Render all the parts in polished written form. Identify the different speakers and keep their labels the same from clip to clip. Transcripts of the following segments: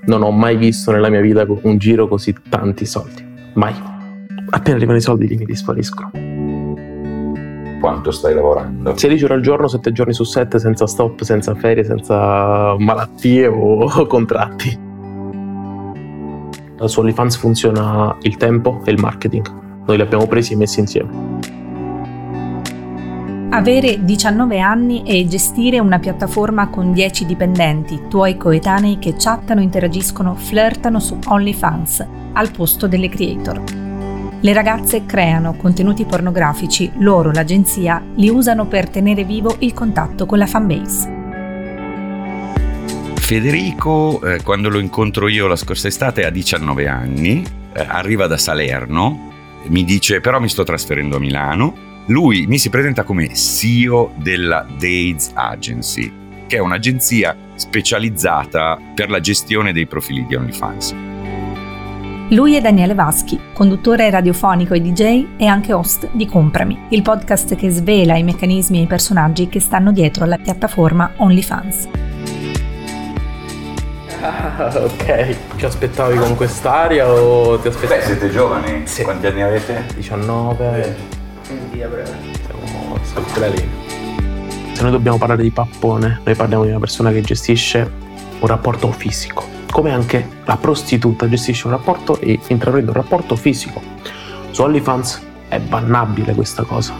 Speaker 1: Non ho mai visto nella mia vita un giro così tanti soldi. Mai. Appena arrivano i soldi mi dispariscono.
Speaker 2: Quanto stai lavorando?
Speaker 1: 16 ore al giorno, 7 giorni su 7, senza stop, senza ferie, senza malattie o contratti. Su OnlyFans funziona il tempo e il marketing. Noi li abbiamo presi e messi insieme.
Speaker 3: Avere 19 anni e gestire una piattaforma con 10 dipendenti, tuoi coetanei che chattano, interagiscono, flirtano su OnlyFans al posto delle creator. Le ragazze creano contenuti pornografici, loro, l'agenzia, li usano per tenere vivo il contatto con la fanbase.
Speaker 2: Federico, quando lo incontro io la scorsa estate, ha 19 anni, arriva da Salerno, mi dice però mi sto trasferendo a Milano. Lui mi si presenta come CEO della Dates Agency, che è un'agenzia specializzata per la gestione dei profili di OnlyFans.
Speaker 3: Lui è Daniele Vaschi, conduttore radiofonico e DJ e anche host di Comprami, il podcast che svela i meccanismi e i personaggi che stanno dietro alla piattaforma OnlyFans.
Speaker 1: Ok, ci aspettavi con quest'aria o ti aspettavi?
Speaker 2: Beh, siete giovani?
Speaker 1: Sì.
Speaker 2: Quanti anni avete?
Speaker 1: 19. Siamo sotto la linea. Se noi dobbiamo parlare di pappone, noi parliamo di una persona che gestisce un rapporto fisico, come anche la prostituta gestisce un rapporto e intraprende un rapporto fisico. Su OnlyFans è bannabile questa cosa.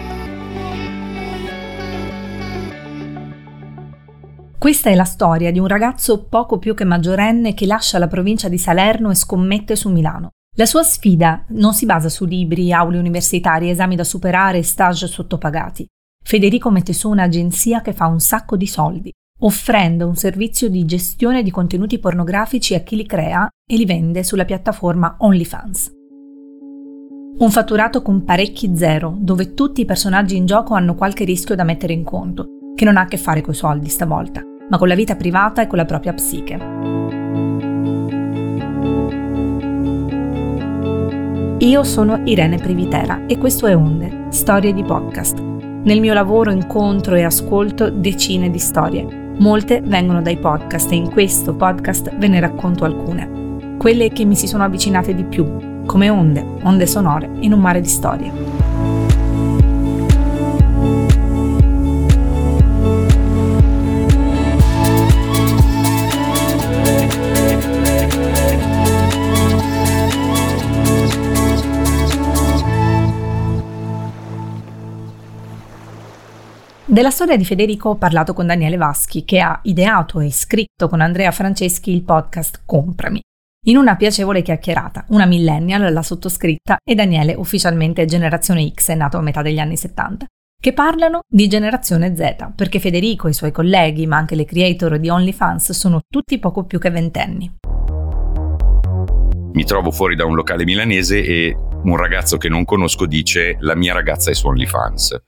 Speaker 3: Questa è la storia di un ragazzo poco più che maggiorenne che lascia la provincia di Salerno e scommette su Milano. La sua sfida non si basa su libri, aule universitarie, esami da superare e stage sottopagati. Federico mette su un'agenzia che fa un sacco di soldi, offrendo un servizio di gestione di contenuti pornografici a chi li crea e li vende sulla piattaforma OnlyFans. Un fatturato con parecchi zero, dove tutti i personaggi in gioco hanno qualche rischio da mettere in conto, che non ha a che fare coi soldi stavolta, ma con la vita privata e con la propria psiche. Io sono Irene Privitera e questo è Onde, storie di podcast. Nel mio lavoro incontro e ascolto decine di storie. Molte vengono dai podcast e in questo podcast ve ne racconto alcune. Quelle che mi si sono avvicinate di più, come onde sonore in un mare di storie. Della storia di Federico ho parlato con Daniele Vaschi, che ha ideato e scritto con Andrea Franceschi il podcast Comprami. In una piacevole chiacchierata, una millennial, la sottoscritta, e Daniele, ufficialmente generazione X, è nato a metà degli anni 70, che parlano di generazione Z, perché Federico e i suoi colleghi, ma anche le creator di OnlyFans, sono tutti poco più che ventenni.
Speaker 2: Mi trovo fuori da un locale milanese e un ragazzo che non conosco dice: la mia ragazza è su OnlyFans.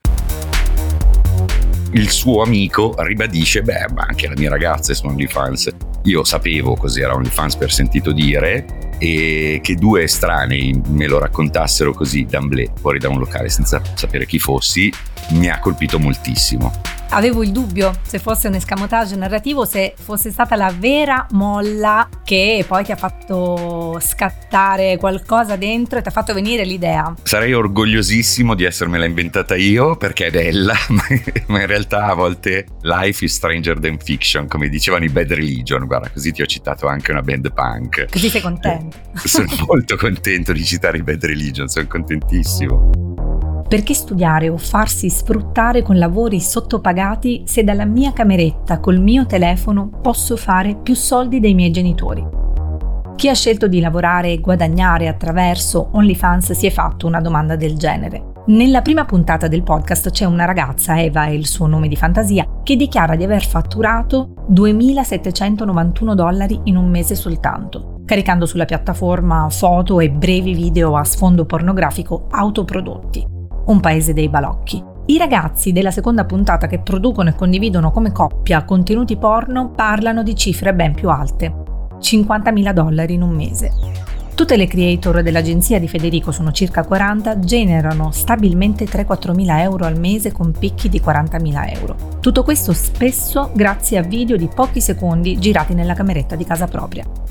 Speaker 2: Il suo amico ribadisce: beh, ma anche la mia ragazza è su OnlyFans. Io sapevo cos'era OnlyFans per sentito dire, e che due estranei me lo raccontassero così d'amblè fuori da un locale senza sapere chi fossi mi ha colpito moltissimo.
Speaker 3: Avevo il dubbio se fosse un escamotage narrativo, se fosse stata la vera molla che poi ti ha fatto scattare qualcosa dentro e ti ha fatto venire l'idea.
Speaker 2: Sarei orgogliosissimo di essermela inventata io, perché è bella, ma in realtà a volte life is stranger than fiction, come dicevano i Bad Religion. Guarda, così ti ho citato anche una band punk.
Speaker 3: Così sei contento?
Speaker 2: Sono molto contento di citare i Bad Religion, sono contentissimo.
Speaker 3: Perché studiare o farsi sfruttare con lavori sottopagati se dalla mia cameretta col mio telefono posso fare più soldi dei miei genitori? Chi ha scelto di lavorare e guadagnare attraverso OnlyFans si è fatto una domanda del genere. Nella prima puntata del podcast c'è una ragazza, Eva è il suo nome di fantasia, che dichiara di aver fatturato $2.791 in un mese soltanto, caricando sulla piattaforma foto e brevi video a sfondo pornografico autoprodotti. Un paese dei balocchi. I ragazzi della seconda puntata che producono e condividono come coppia contenuti porno parlano di cifre ben più alte. $50.000 in un mese. Tutte le creator dell'agenzia di Federico, sono circa 40, generano stabilmente 3-4 mila euro al mese con picchi di 40.000 euro. Tutto questo spesso grazie a video di pochi secondi girati nella cameretta di casa propria.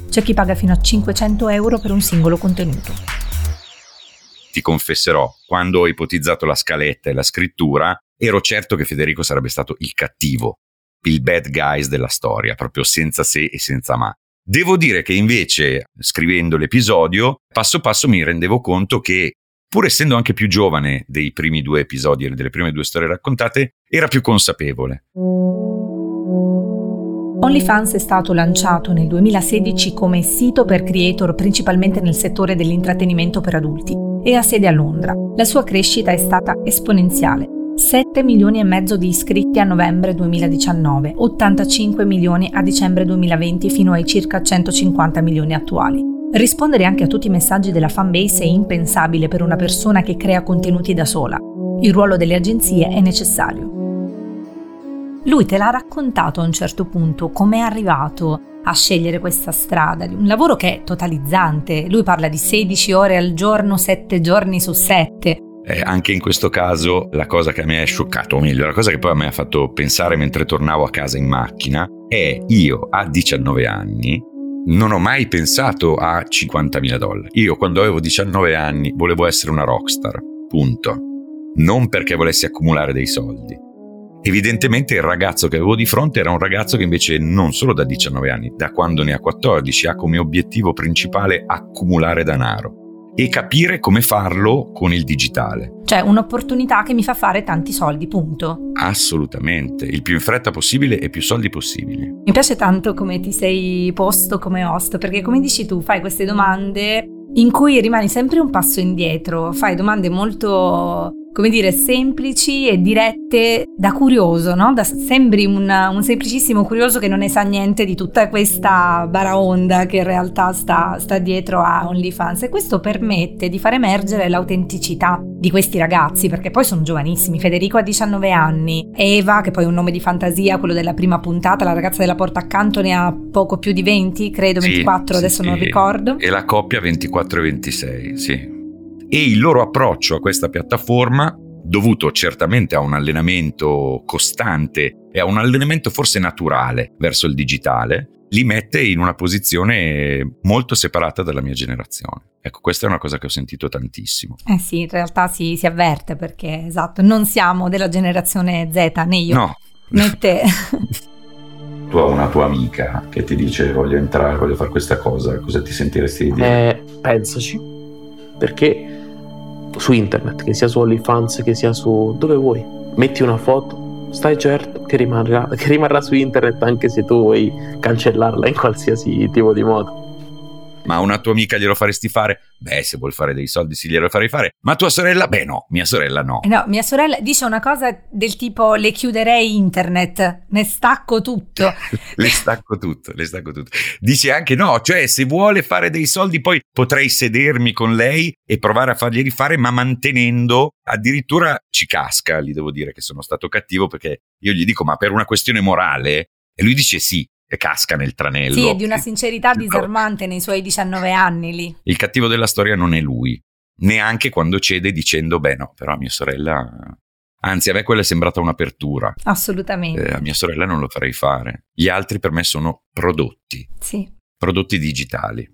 Speaker 3: C'è chi paga fino a 500 euro per un singolo contenuto.
Speaker 2: Ti confesserò, quando ho ipotizzato la scaletta e la scrittura, ero certo che Federico sarebbe stato il cattivo, il bad guys della storia, proprio senza se e senza ma. Devo dire che invece, scrivendo l'episodio, passo passo mi rendevo conto che, pur essendo anche più giovane dei primi 2 episodi e delle prime 2 storie raccontate, era più consapevole.
Speaker 3: OnlyFans è stato lanciato nel 2016 come sito per creator principalmente nel settore dell'intrattenimento per adulti e ha sede a Londra. La sua crescita è stata esponenziale. 7 milioni e mezzo di iscritti a novembre 2019, 85 milioni a dicembre 2020 fino ai circa 150 milioni attuali. Rispondere anche a tutti i messaggi della fanbase è impensabile per una persona che crea contenuti da sola. Il ruolo delle agenzie è necessario. Lui te l'ha raccontato a un certo punto come è arrivato a scegliere questa strada, un lavoro che è totalizzante. Lui parla di 16 ore al giorno, 7 giorni su 7.
Speaker 2: Anche in questo caso la cosa che mi ha scioccato, o meglio, la cosa che poi mi ha fatto pensare mentre tornavo a casa in macchina, è io a 19 anni non ho mai pensato a $50.000. Io quando avevo 19 anni volevo essere una rockstar, punto. Non perché volessi accumulare dei soldi. Evidentemente il ragazzo che avevo di fronte era un ragazzo che invece non solo da 19 anni, da quando ne ha 14, ha come obiettivo principale accumulare denaro e capire come farlo con il digitale.
Speaker 3: Cioè un'opportunità che mi fa fare tanti soldi, punto.
Speaker 2: Assolutamente, il più in fretta possibile e più soldi possibili.
Speaker 3: Mi piace tanto come ti sei posto come host, perché come dici tu fai queste domande in cui rimani sempre un passo indietro, fai domande molto, come dire, semplici e dirette da curioso, no? Sembri un semplicissimo curioso che non ne sa niente di tutta questa baraonda che in realtà sta dietro a OnlyFans, e questo permette di far emergere l'autenticità di questi ragazzi, perché poi sono giovanissimi. Federico ha 19 anni, Eva, che poi è un nome di fantasia, quello della prima puntata, la ragazza della porta accanto, ne ha poco più di 20, credo, 24, sì, adesso sì, non ricordo.
Speaker 2: E la coppia 24 e 26, sì. E il loro approccio a questa piattaforma, dovuto certamente a un allenamento costante e a un allenamento forse naturale verso il digitale, li mette in una posizione molto separata dalla mia generazione. Ecco, questa è una cosa che ho sentito tantissimo.
Speaker 3: Sì, in realtà si avverte, perché esatto, non siamo della generazione Z, né io,
Speaker 2: no,
Speaker 3: né te.
Speaker 2: Tu hai una tua amica che ti dice voglio entrare, voglio fare questa cosa, cosa ti sentiresti di dire?
Speaker 1: Pensaci, perché su internet, che sia su OnlyFans, che sia su dove vuoi, metti una foto, stai certo che rimarrà su internet anche se tu vuoi cancellarla in qualsiasi tipo di modo.
Speaker 2: Ma a una tua amica glielo faresti fare? Beh, se vuol fare dei soldi sì, glielo farei fare. Ma tua sorella? Beh no, mia sorella no.
Speaker 3: No, mia sorella dice una cosa del tipo: le chiuderei internet, ne stacco tutto.
Speaker 2: le stacco tutto. Dice anche no, cioè se vuole fare dei soldi poi potrei sedermi con lei e provare a farglieli fare, ma mantenendo, addirittura ci casca, gli devo dire che sono stato cattivo, perché io gli dico ma per una questione morale? E lui dice sì. E casca nel tranello.
Speaker 3: Sì, è di una sincerità disarmante nei suoi 19 anni lì.
Speaker 2: Il cattivo della storia non è lui, neanche quando cede dicendo beh no, però a mia sorella, anzi a me quella è sembrata un'apertura.
Speaker 3: Assolutamente.
Speaker 2: A mia sorella non lo farei fare. Gli altri per me sono prodotti.
Speaker 3: Sì.
Speaker 2: Prodotti digitali.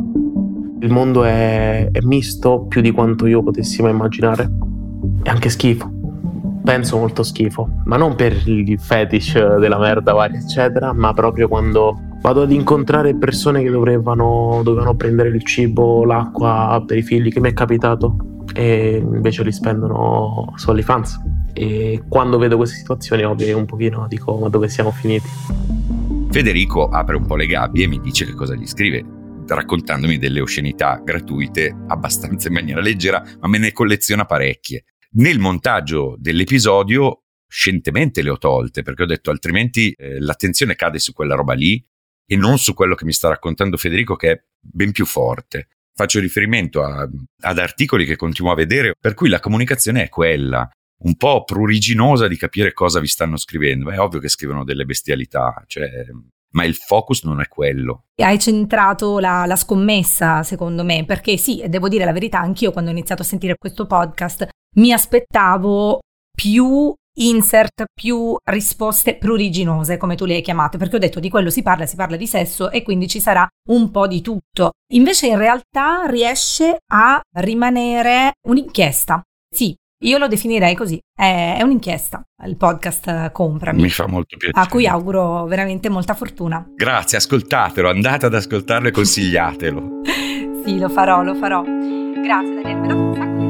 Speaker 1: Il mondo è misto più di quanto io potessi mai immaginare. È anche schifo. Penso molto schifo, ma non per il fetish della merda varia eccetera, ma proprio quando vado ad incontrare persone che dovevano prendere il cibo, l'acqua per i figli, che mi è capitato, e invece li spendono su OnlyFans. E quando vedo queste situazioni ovvio un pochino dico ma dove siamo finiti?
Speaker 2: Federico apre un po' le gabbie e mi dice che cosa gli scrive, raccontandomi delle oscenità gratuite abbastanza in maniera leggera, ma me ne colleziona parecchie. Nel montaggio dell'episodio scientemente le ho tolte, perché ho detto altrimenti l'attenzione cade su quella roba lì e non su quello che mi sta raccontando Federico, che è ben più forte. Faccio riferimento ad articoli che continuo a vedere, per cui la comunicazione è quella, un po' pruriginosa di capire cosa vi stanno scrivendo. È ovvio che scrivono delle bestialità, ma il focus non è quello.
Speaker 3: Hai centrato la scommessa, secondo me, perché sì, devo dire la verità, anch'io quando ho iniziato a sentire questo podcast mi aspettavo più insert, più risposte pruriginose, come tu le hai chiamate, perché ho detto di quello si parla di sesso e quindi ci sarà un po' di tutto. Invece in realtà riesce a rimanere un'inchiesta. Sì, io lo definirei così, è un'inchiesta, il podcast Comprami.
Speaker 2: Mi fa molto piacere.
Speaker 3: A cui auguro veramente molta fortuna.
Speaker 2: Grazie, ascoltatelo, andate ad ascoltarlo e consigliatelo.
Speaker 3: Sì, lo farò. Grazie Daniele, mi ha dato un sacco di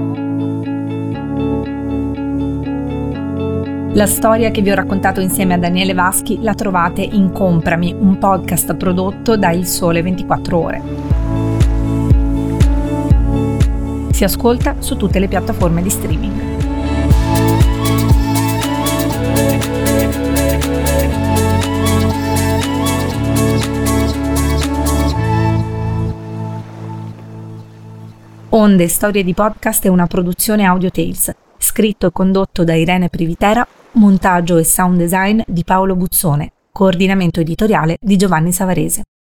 Speaker 3: lavoro. La storia che vi ho raccontato insieme a Daniele Vaschi la trovate in Comprami, un podcast prodotto da Il Sole 24 Ore. Si ascolta su tutte le piattaforme di streaming. Onde Storie di Podcast è una produzione Audio Tales, scritto e condotto da Irene Privitera, montaggio e sound design di Paolo Buzzone, coordinamento editoriale di Giovanni Savarese.